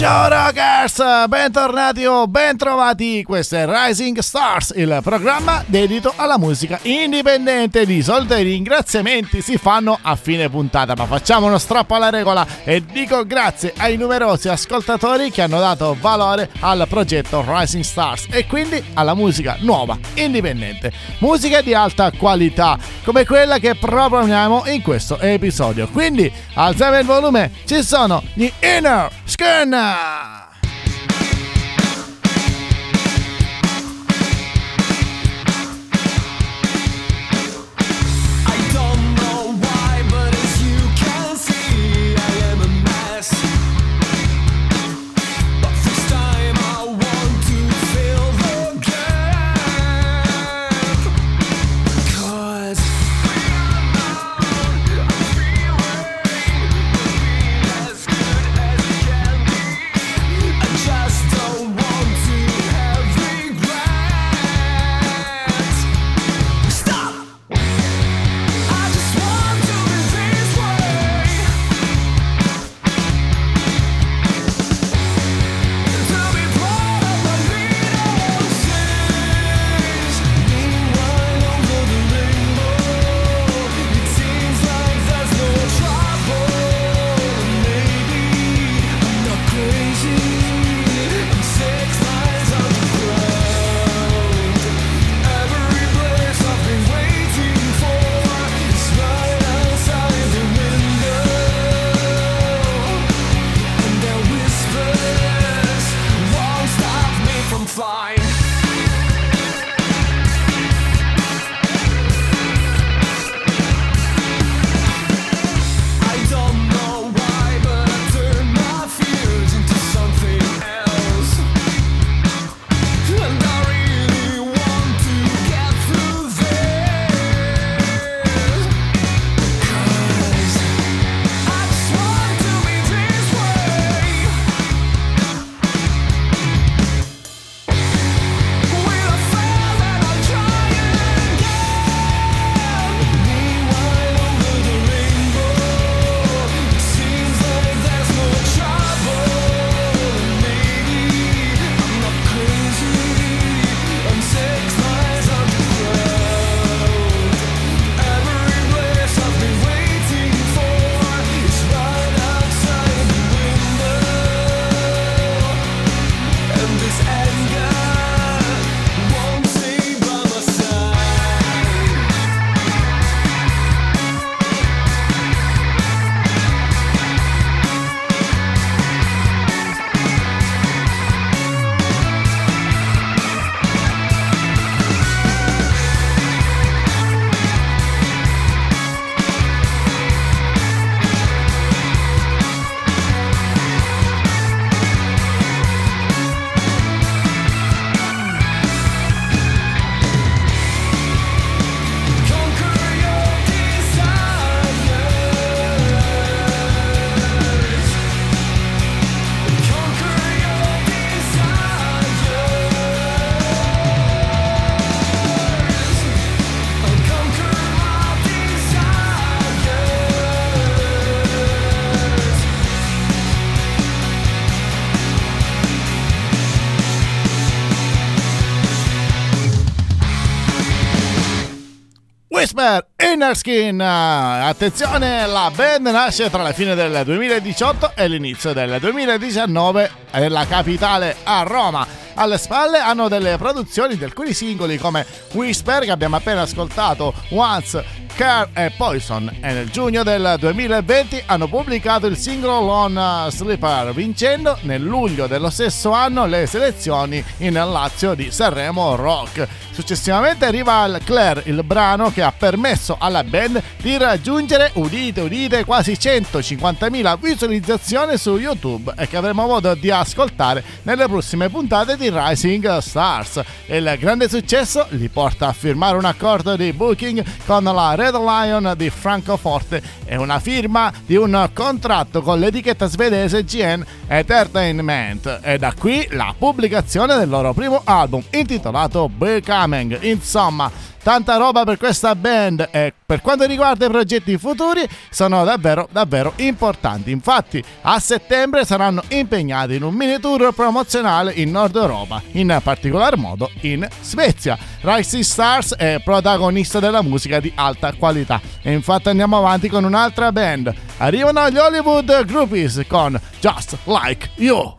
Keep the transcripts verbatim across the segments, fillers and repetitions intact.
Ciao rockers, bentornati o bentrovati, questo è Rising Stars, il programma dedito alla musica indipendente. Di solito i ringraziamenti si fanno a fine puntata, ma facciamo uno strappo alla regola e dico grazie ai numerosi ascoltatori che hanno dato valore al progetto Rising Stars e quindi alla musica nuova, indipendente, musica di alta qualità come quella che proponiamo in questo episodio. Quindi alziamo il volume, ci sono gli Inner Skin. Whisper, Inner Skin. Attenzione, la band nasce tra la fine del duemiladiciotto e l'inizio del duemiladiciannove nella capitale, a Roma. Alle spalle hanno delle produzioni di alcuni singoli come Whisper, che abbiamo appena ascoltato, Once, Care e Poison, e nel giugno del duemilaventi hanno pubblicato il singolo Lone Sleeper, vincendo nel luglio dello stesso anno le selezioni in Lazio di Sanremo Rock. Successivamente arriva il Claire, il brano che ha permesso alla band di raggiungere, udite udite, quasi centocinquantamila visualizzazioni su YouTube e che avremo modo di ascoltare nelle prossime puntate di Rising Stars. Il grande successo li porta a firmare un accordo di booking con la Red Lion di Francoforte e una firma di un contratto con l'etichetta svedese G N Entertainment, e da qui la pubblicazione del loro primo album intitolato Becoming. Insomma, tanta roba per questa band e per quanto riguarda i progetti futuri sono davvero davvero importanti. Infatti a settembre saranno impegnati in un mini tour promozionale in Nord Europa, in particolar modo in Svezia. Rising Stars è protagonista della musica di alta qualità e infatti andiamo avanti con un'altra band. Arrivano gli Hollywood Groupies con Just Like You.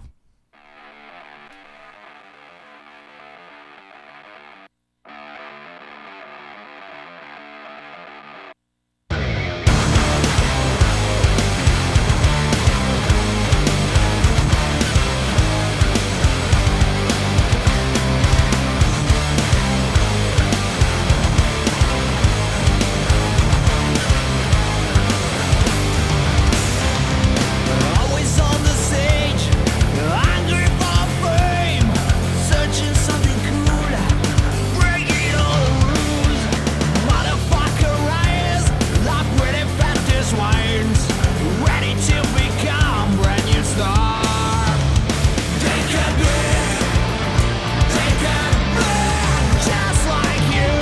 Always on the stage, hungry for fame, searching something cool, breaking all the rules. Motherfucker rise like really fat swines, ready to become brand new star. Take a breath, take a breath, just like you.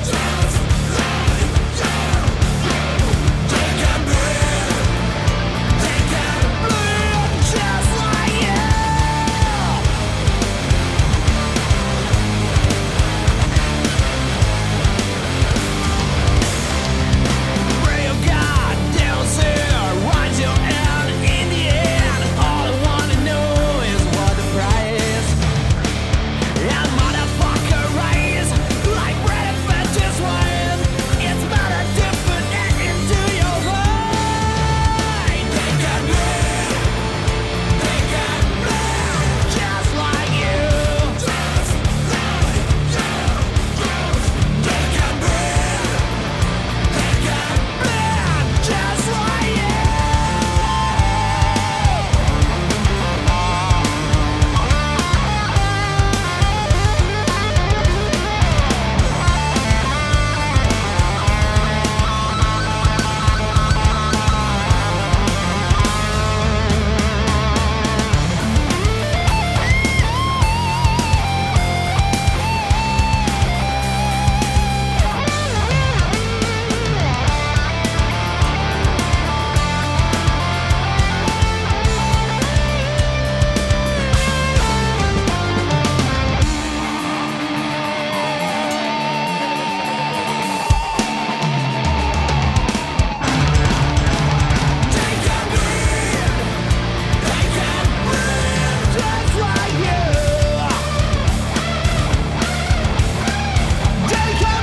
Take a breath, take a breath, just like you. Pray to God, they'll say, rise your hand. In the end, all I wanna know is what the price. And motherfucker rise like bread fat just wine. It's better to put that into your mind. Take a breath, take a breath, just like you. Take a breath, take a breath, just like you. Take a breath, take a breath, just like you. Take a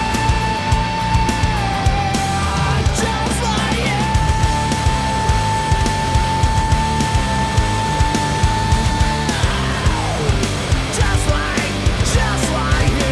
breath, just like you. Just like, just like you.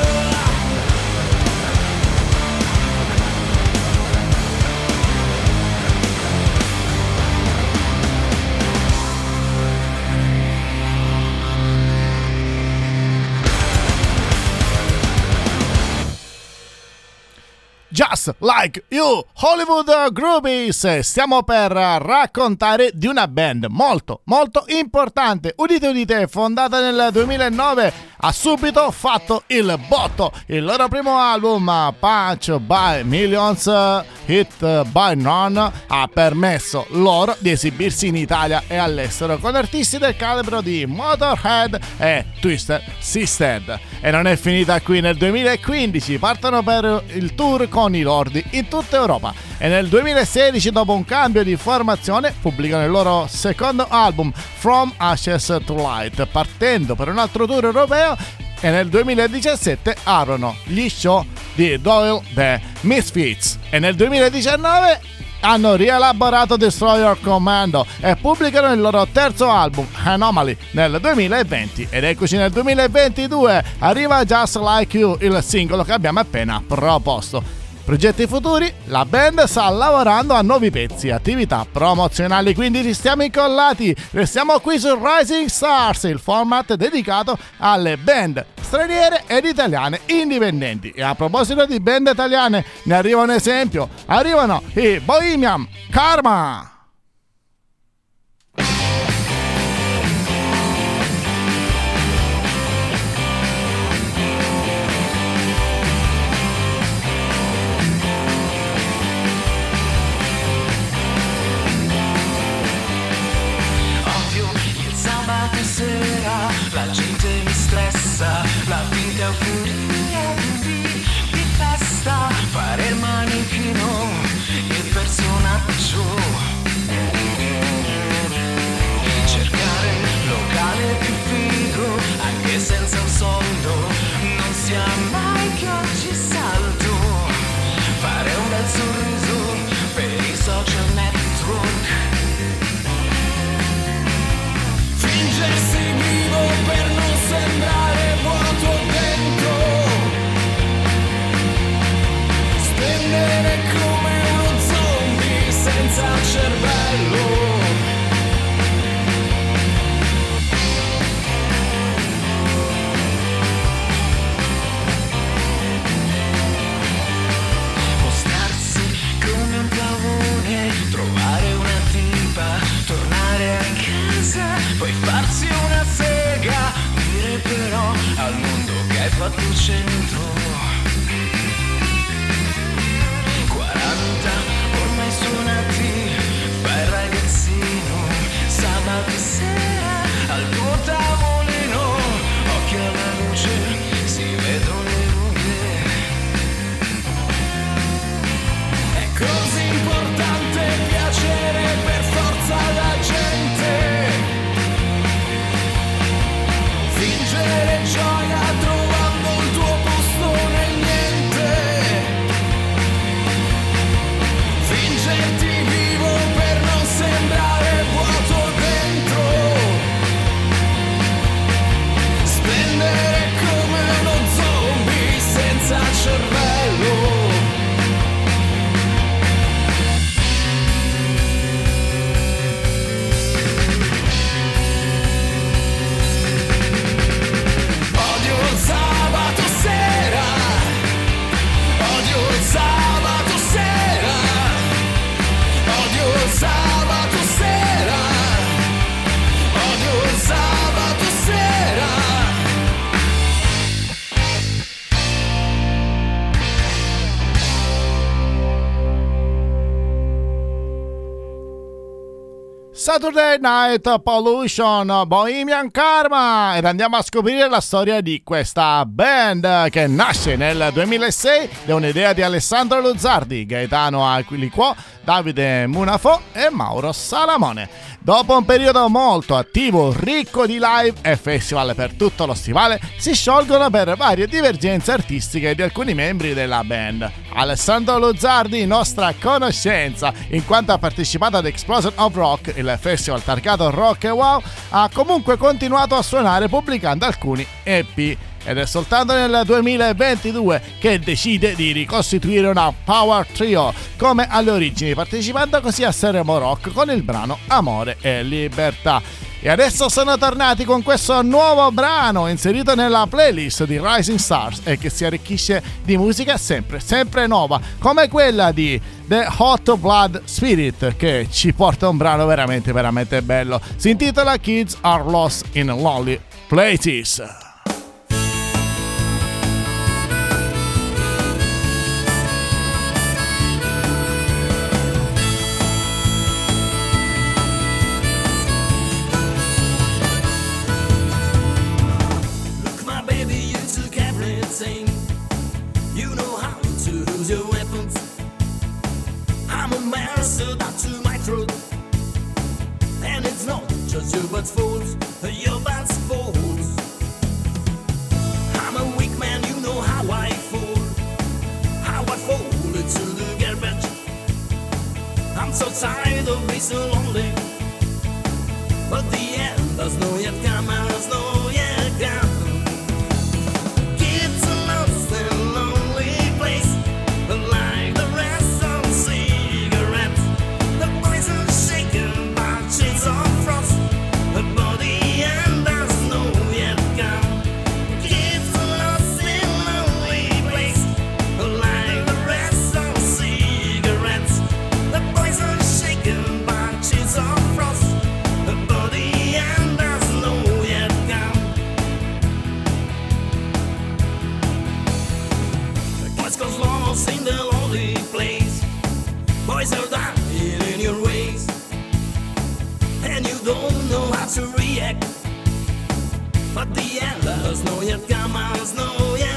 Just Like You, Hollywood Groupies. Stiamo per raccontare di una band molto molto importante. Udite udite, fondata nel duemilanove, ha subito fatto il botto. Il loro primo album, Punch by Millions, Hit by None, ha permesso loro di esibirsi in Italia e all'estero con artisti del calibro di Motorhead e Twisted Sister. E non è finita qui. Nel duemilaquindici partono per il tour con i Lordi in tutta Europa e nel duemilasedici, dopo un cambio di formazione, pubblicano il loro secondo album From Ashes to Light, partendo per un altro tour europeo, e nel duemiladiciassette aprono gli show di Doyle The Misfits e nel duemiladiciannove hanno rielaborato Destroyer Commando e pubblicano il loro terzo album Anomaly nel duemilaventi. Ed eccoci nel duemilaventidue, arriva Just Like You, il singolo che abbiamo appena proposto. Progetti futuri: la band sta lavorando a nuovi pezzi, attività promozionali, quindi restiamo incollati, restiamo qui su Rising Stars, il format dedicato alle band straniere ed italiane indipendenti. E a proposito di band italiane, ne arriva un esempio, arrivano i Bohemian Karma. furia di, di festa, fare il manichino, il personaggio, cercare il locale più figo, anche senza un soldo, non sia mai che oggi salto, fare un bel sorriso per i social network, fingersi vivo per non sembrare vuoto dentro, spendere come uno zombie senza cervello, mostrarsi come un pavone, trovare una tipa, tornare a casa, poi farsi una sega, dire però al mondo che hai fatto centro. quaranta ormai suonati, fai il ragazzino, sabato sera al tuo tavolino, occhio alla luce, si vedono le rughe. È così importante piacere per forza alla gente, fingere gioia trovando il tuo posto nel niente, fingerti vivo per non sembrare vuoto dentro, spendere come uno zombie senza cervello. Odio il sabato sera, odio il sabato sera, odio il sabato sera, odio il sabato sera. Saturday Night Pollution, Bohemian Karma, ed andiamo a scoprire la storia di questa band che nasce nel duemilasei da un'idea di Alessandro Luzzardi, Gaetano Aquiliquò, Davide Munafò e Mauro Salamone. Dopo un periodo molto attivo, ricco di live e festival per tutto lo stivale, si sciolgono per varie divergenze artistiche di alcuni membri della band. Alessandro Luzzardi, nostra conoscenza, in quanto ha partecipato ad Explosion of Rock, il festival targato Rock e Wow, ha comunque continuato a suonare pubblicando alcuni E P. Ed è soltanto nel duemilaventidue che decide di ricostituire una power trio come alle origini, partecipando così a Sanremo Rock con il brano Amore e Libertà. E adesso sono tornati con questo nuovo brano inserito nella playlist di Rising Stars e che si arricchisce di musica sempre, sempre nuova, come quella di The Hot Blood Spirit, che ci porta un brano veramente, veramente bello. Si intitola Kids Are Lost in Lonely Places. You know how to use your weapons. I'm a master to my throat, and it's not just your butt's fault, your butt's fault. I'm a weak man, you know how I fall, how I fall into the garbage. I'm so tired of being so lonely, but the end does not yet come, does not yet come. Like the rest of cigarettes, the poison shaken by chains of frost. The body and there's no yet come. Kids are lost in a lonely place. Like the rest of cigarettes, the poison shaken by chains of frost. The body and there's no yet come. The boys goes lost in the lonely place. Boys are dying in your ways, and you don't know how to react. But the end has no yet come, has no yet.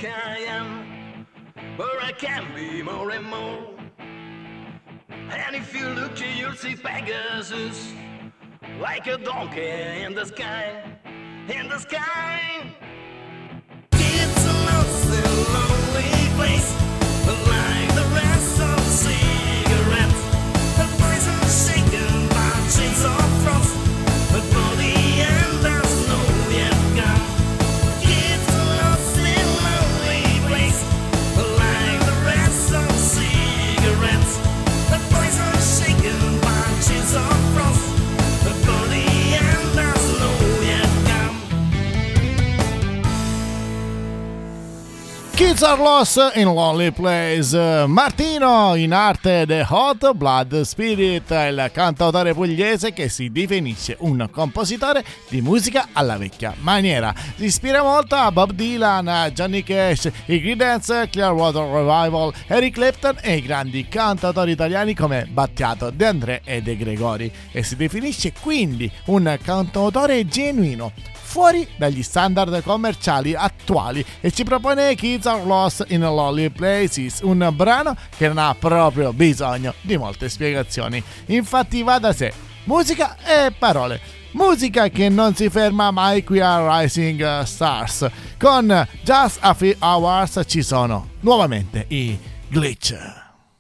I am, where I can be more and more. And if you look, you'll see Pegasus, like a donkey in the sky, in the sky. It's a lost and lonely place, like the rest of cigarettes. The poison shaken by chains of frost, but for the end there's no yet gone. It's a lost and lonely place, like the rest of cigarettes. The poison shaken by chains of frost, but for the end there's no yet gone. Kids Are Lost in Lonely Place. Martino, in arte The Hot Blood Spirit, il cantautore pugliese che si definisce un compositore di musica alla vecchia maniera. Si ispira molto a Bob Dylan, Johnny Cash, i Creedence Clearwater Revival, Eric Clapton e i grandi cantautori italiani come Battiato, De André e De Gregori, e si definisce quindi un cantautore genuino, fuori dagli standard commerciali attuali, e ci propone Kids Are Lost in Lonely Places, un brano che non ha proprio bisogno di molte spiegazioni. Infatti va da sé, musica e parole. Musica che non si ferma mai qui a Rising Stars. Con Just a Few Hours ci sono nuovamente i Glitch.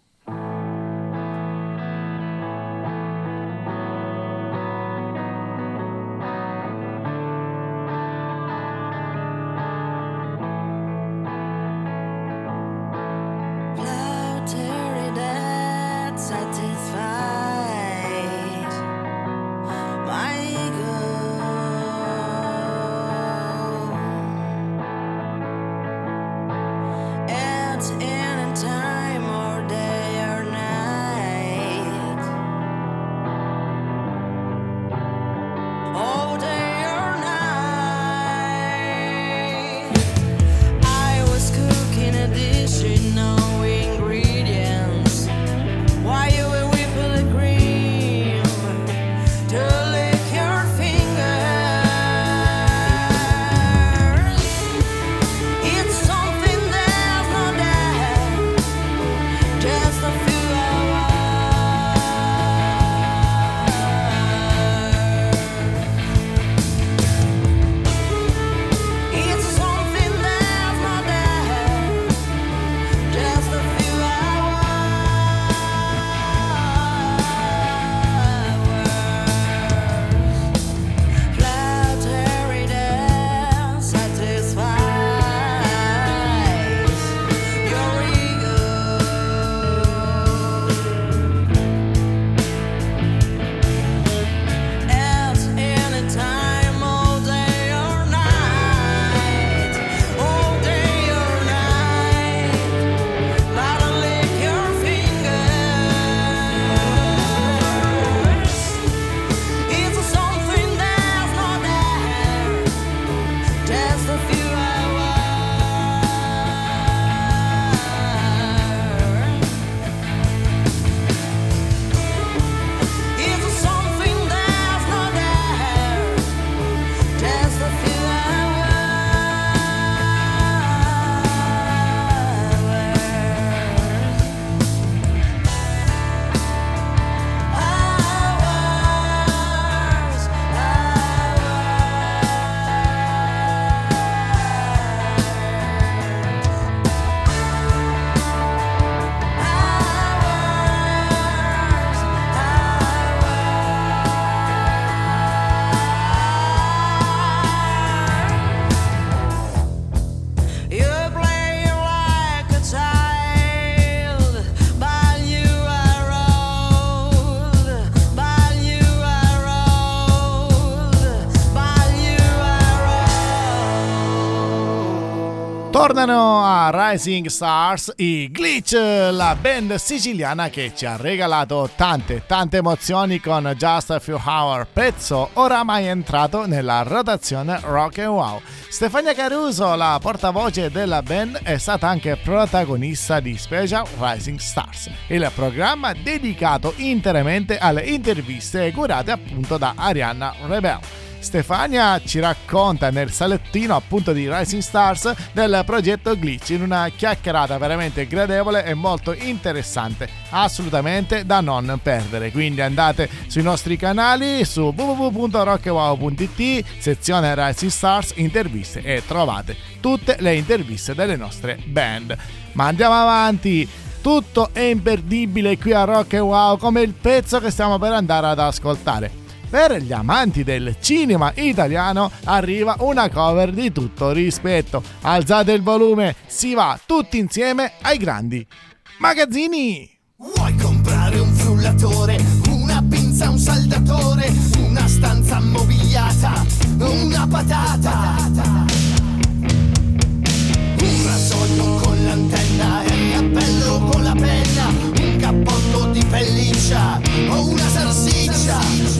Tornano a Rising Stars i Glitch, la band siciliana che ci ha regalato tante tante emozioni con Just a Few Hours, pezzo oramai entrato nella rotazione Rock and Wow. Stefania Caruso, la portavoce della band, è stata anche protagonista di Special Rising Stars, il programma dedicato interamente alle interviste curate appunto da Arianna Rebel. Stefania ci racconta nel salettino appunto di Rising Stars del progetto Glitch, in una chiacchierata veramente gradevole e molto interessante, assolutamente da non perdere. Quindi andate sui nostri canali su w w w punto rock wow punto i t, sezione Rising Stars interviste, e trovate tutte le interviste delle nostre band. Ma andiamo avanti. Tutto è imperdibile qui a Rock e Wow, come il pezzo che stiamo per andare ad ascoltare. Per gli amanti del cinema italiano arriva una cover di tutto rispetto. Alzate il volume, si va tutti insieme ai grandi magazzini. Vuoi comprare un frullatore, una pinza, un saldatore, una stanza mobiliata, una patata, un rasoio con l'antenna e il cappello con la penna, un cappotto di pelliccia o una salsiccia,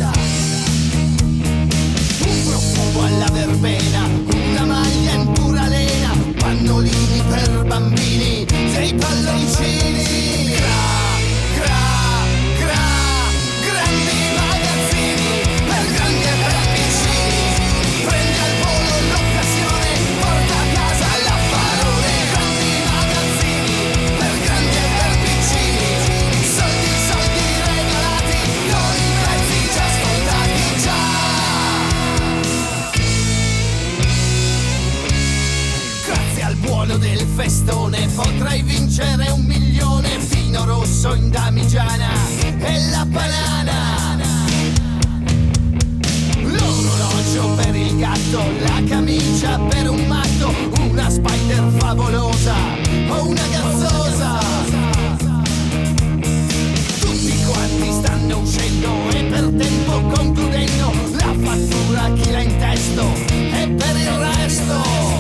un profumo alla verbena, una maglia in pura lena, pannolini per bambini, dei palloncini. Del festone potrai vincere un milione, vino rosso in damigiana e la banana, l'orologio per il gatto, la camicia per un matto, una Spider favolosa o una gazzosa. Tutti quanti stanno uscendo e per tempo concludendo, la fattura chi l'ha in testo e per il resto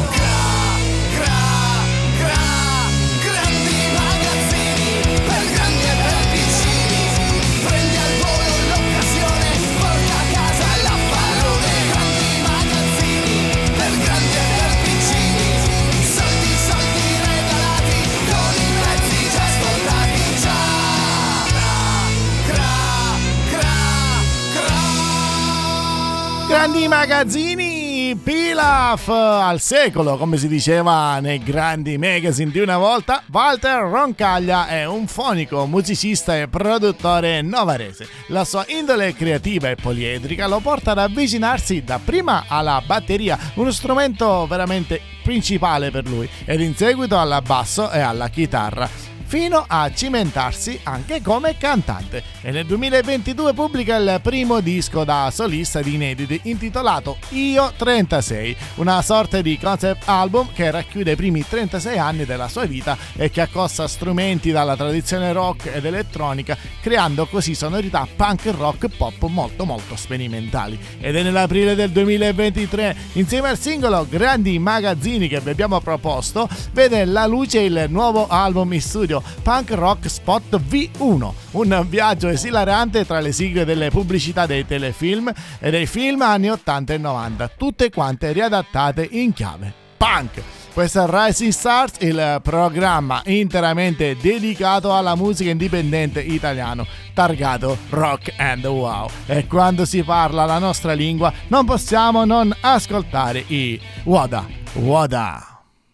grandi magazzini, Pilaf al secolo, come si diceva nei grandi magazine di una volta. Walter Roncaglia è un fonico, musicista e produttore novarese. La sua indole creativa e poliedrica lo porta ad avvicinarsi dapprima alla batteria, uno strumento veramente principale per lui, ed in seguito al basso e alla chitarra, fino a cimentarsi anche come cantante. E nel duemilaventidue pubblica il primo disco da solista di inediti intitolato Io trentasei, una sorta di concept album che racchiude i primi trentasei anni della sua vita e che accosta strumenti dalla tradizione rock ed elettronica, creando così sonorità punk rock pop molto molto sperimentali. Ed è nell'aprile del duemilaventitré, insieme al singolo Grandi Magazzini che vi abbiamo proposto, vede la luce il nuovo album in studio Punk Rock Spot V uno, un viaggio esilarante tra le sigle delle pubblicità dei telefilm e dei film anni ottanta e novanta, tutte quante riadattate in chiave punk. Questo è Rising Stars, il programma interamente dedicato alla musica indipendente italiano, targato Rock and Wow. E quando si parla la nostra lingua non possiamo non ascoltare i Wada Wada.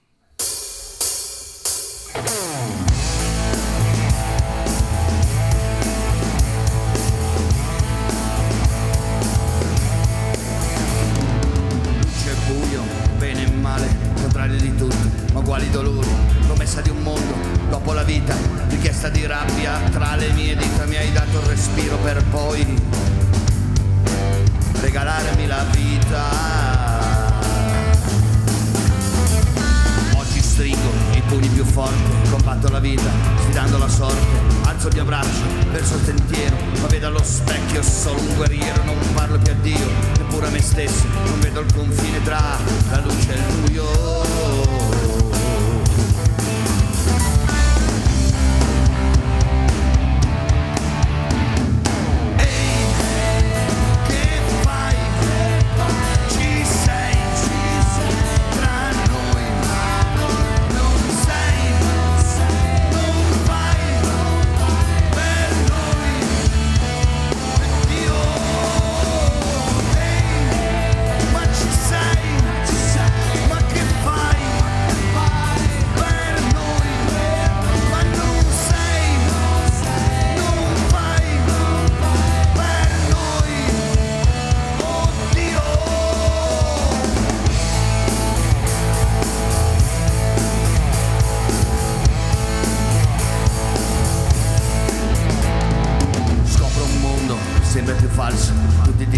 Di tutti, ma uguali dolori, promessa di un mondo dopo la vita, richiesta di rabbia tra le mie dita, mi hai dato il respiro per poi regalarmi la vita. Oggi stringo i pugni più forti, combatto la vita, sfidando la sorte, alzo il mio braccio verso il sentiero, ma vedo allo specchio solo un guerriero, non parlo più a Dio, neppure a me stesso, non vedo il confine tra la luce e il buio.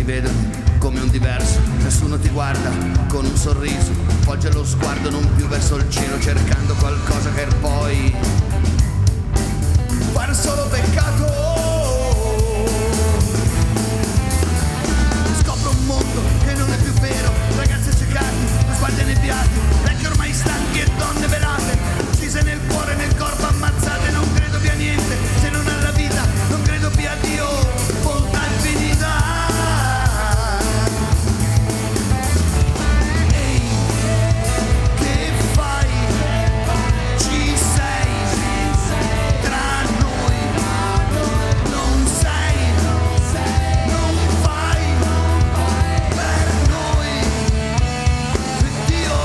vedono come un diverso, nessuno ti guarda con un sorriso, volge lo sguardo non più verso il cielo cercando qualcosa che poi far solo peccato. Scopro un mondo che non è più vero, ragazzi ciecati, sguardi annebbiati, vecchi ormai stanchi e donne velate, uccise nel cuore e nel corpo ammazzate. Non credo più a niente se non alla vita, non credo più a Dio, volta infinita. Ehi, che fai? Ci sei tra noi, non sei, non fai per noi. Dio,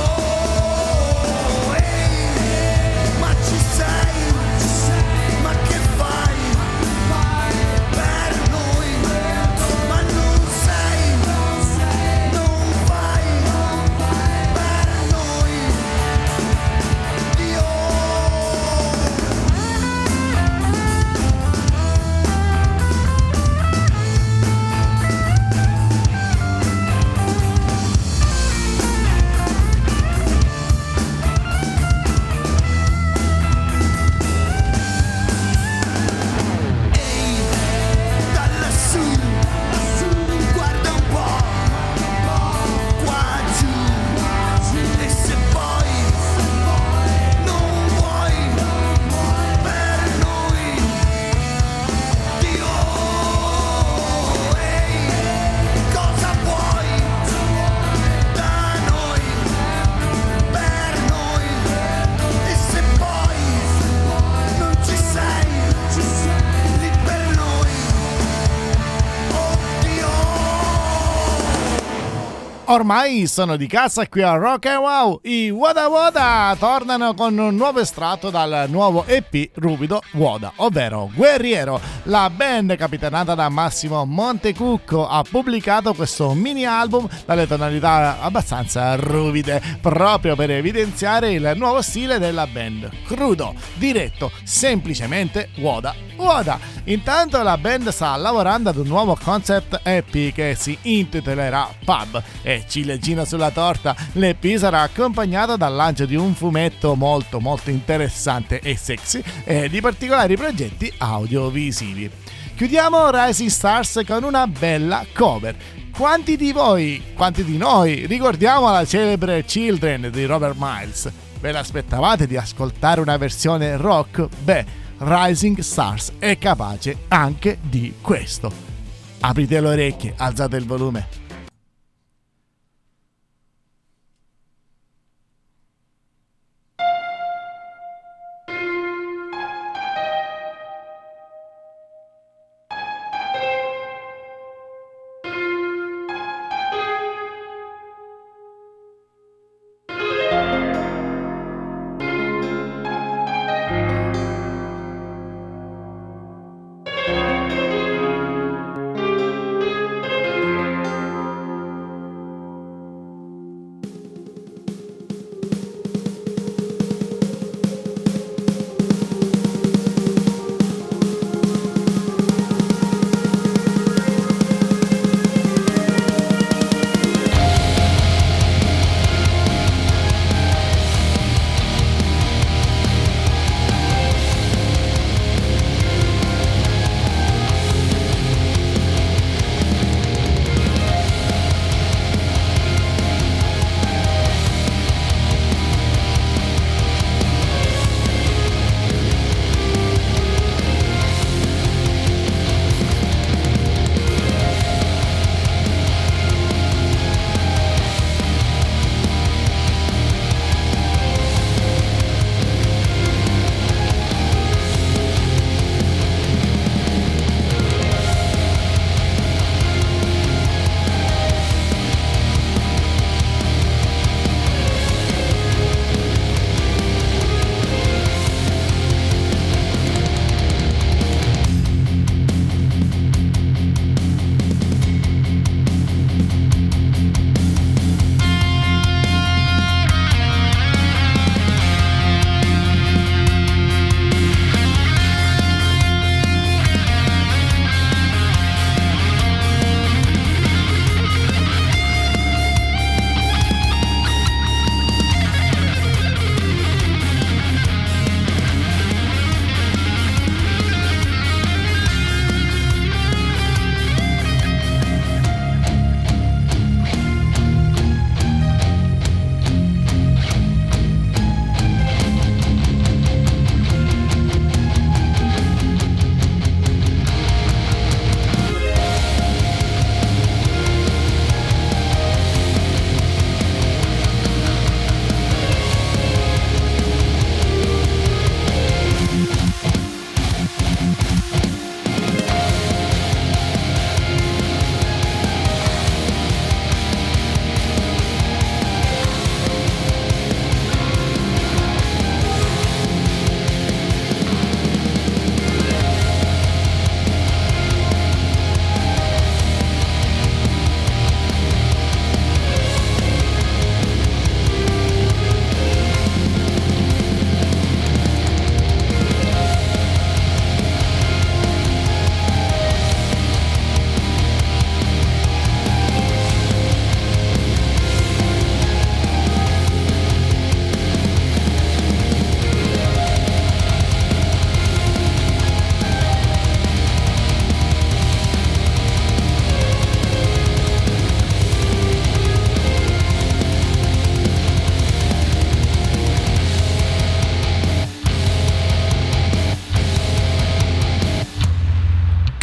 ehi, ma ci sei, ma che fai per noi? Ma non sei, non fai per noi. Dio. Ehi, da lassù, guarda un po', qua giù, e se poi non vuoi per noi, Dio, ehi, cosa vuoi da noi, per noi, e se poi non ci sei, lì per noi, oh Dio. Ormai sono di casa qui a Rock and Wow. I Woda Woda tornano con un nuovo estratto dal nuovo E P Ruvido Woda, ovvero Guerriero. La band capitanata da Massimo Montecucco ha pubblicato questo mini album dalle tonalità abbastanza ruvide, proprio per evidenziare il nuovo stile della band: crudo, diretto, semplicemente Woda Woda. Intanto la band sta lavorando ad un nuovo concept E P che si intitolerà Pub, e ciliegina sulla torta, l'E P sarà accompagnato dal lancio di un fumetto molto molto interessante e sexy e di particolari progetti audiovisivi. Chiudiamo Rising Stars con una bella cover. Quanti di voi, quanti di noi ricordiamo la celebre Children di Robert Miles? Ve l'aspettavate di ascoltare una versione rock? Beh, Rising Stars è capace anche di questo. Aprite le orecchie, alzate il volume.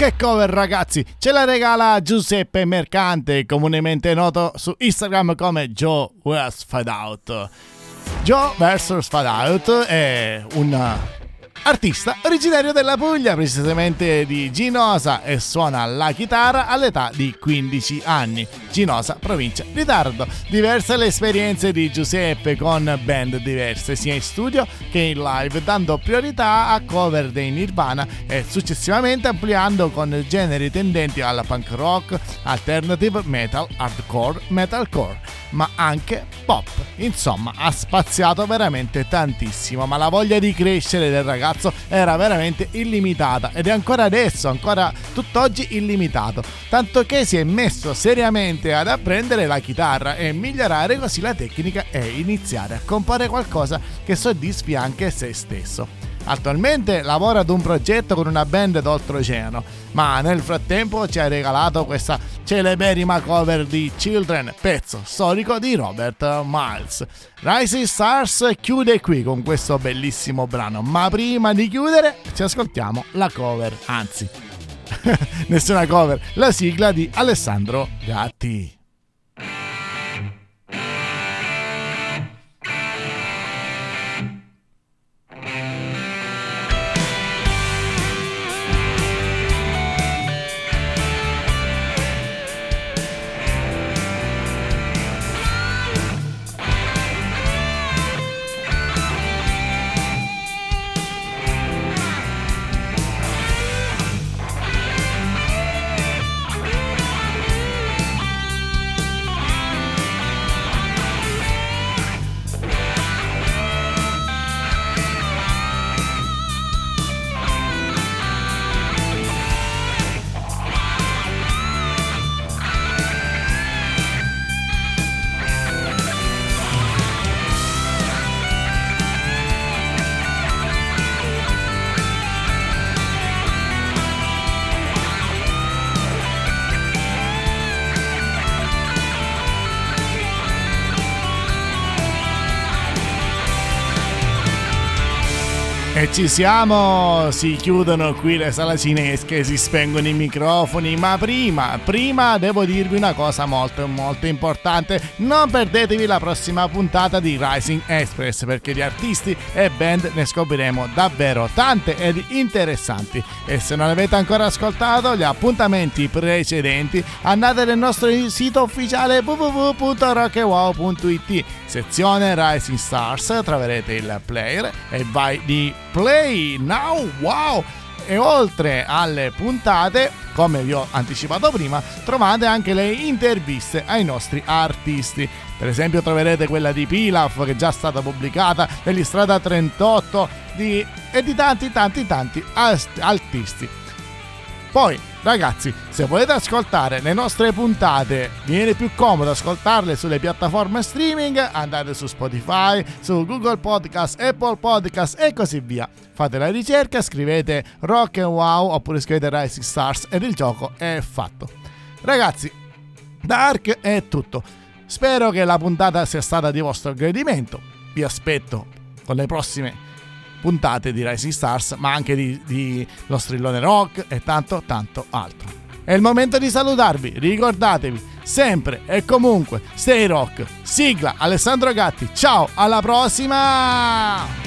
che cover, ragazzi, ce la regala Giuseppe Mercante, comunemente noto su Instagram come Joe vs Fade Out. Joe vs Fade Out è un artista originario della Puglia, precisamente di Ginosa, e suona la chitarra all'età di quindici anni. Ginosa, provincia di Taranto. Diverse le esperienze di Giuseppe con band diverse, sia in studio che in live, dando priorità a cover dei Nirvana e successivamente ampliando con generi tendenti alla punk rock, alternative, metal, hardcore, metalcore, ma anche pop. Insomma, ha spaziato veramente tantissimo, ma la voglia di crescere del ragazzo era veramente illimitata ed è ancora adesso, ancora tutt'oggi illimitato, tanto che si è messo seriamente ad apprendere la chitarra e migliorare così la tecnica e iniziare a comporre qualcosa che soddisfi anche se stesso. Attualmente lavora ad un progetto con una band d'oltreoceano, ma nel frattempo ci ha regalato questa celeberrima cover di Children, pezzo storico di Robert Miles. Rising Stars chiude qui con questo bellissimo brano, ma prima di chiudere ci ascoltiamo la cover, anzi nessuna cover, la sigla di Alessandro Gatti. E ci siamo, si chiudono qui le sale cinesche, si spengono i microfoni, ma prima, prima devo dirvi una cosa molto molto importante: non perdetevi la prossima puntata di Rising Express, perché di artisti e band ne scopriremo davvero tante ed interessanti. E se non avete ancora ascoltato gli appuntamenti precedenti, andate nel nostro sito ufficiale w w w punto rock e wow punto i t, sezione Rising Stars, troverete il player e vai di Play Now, wow! E oltre alle puntate, come vi ho anticipato prima, trovate anche le interviste ai nostri artisti. Per esempio troverete quella di Pilaf, che è già stata pubblicata, degli Strada trentotto di, e di tanti tanti tanti artisti. Poi ragazzi, se volete ascoltare le nostre puntate, viene più comodo ascoltarle sulle piattaforme streaming, andate su Spotify, su Google Podcast, Apple Podcast e così via. Fate la ricerca, scrivete Rock and Wow oppure scrivete Rising Stars ed il gioco è fatto. Ragazzi, da Ark è tutto. Spero che la puntata sia stata di vostro gradimento. Vi aspetto con le prossime puntate di Rising Stars, ma anche di, di Lo Strillone Rock e tanto tanto altro. È il momento di salutarvi, ricordatevi sempre e comunque stay rock. Sigla Alessandro Gatti, ciao, alla prossima!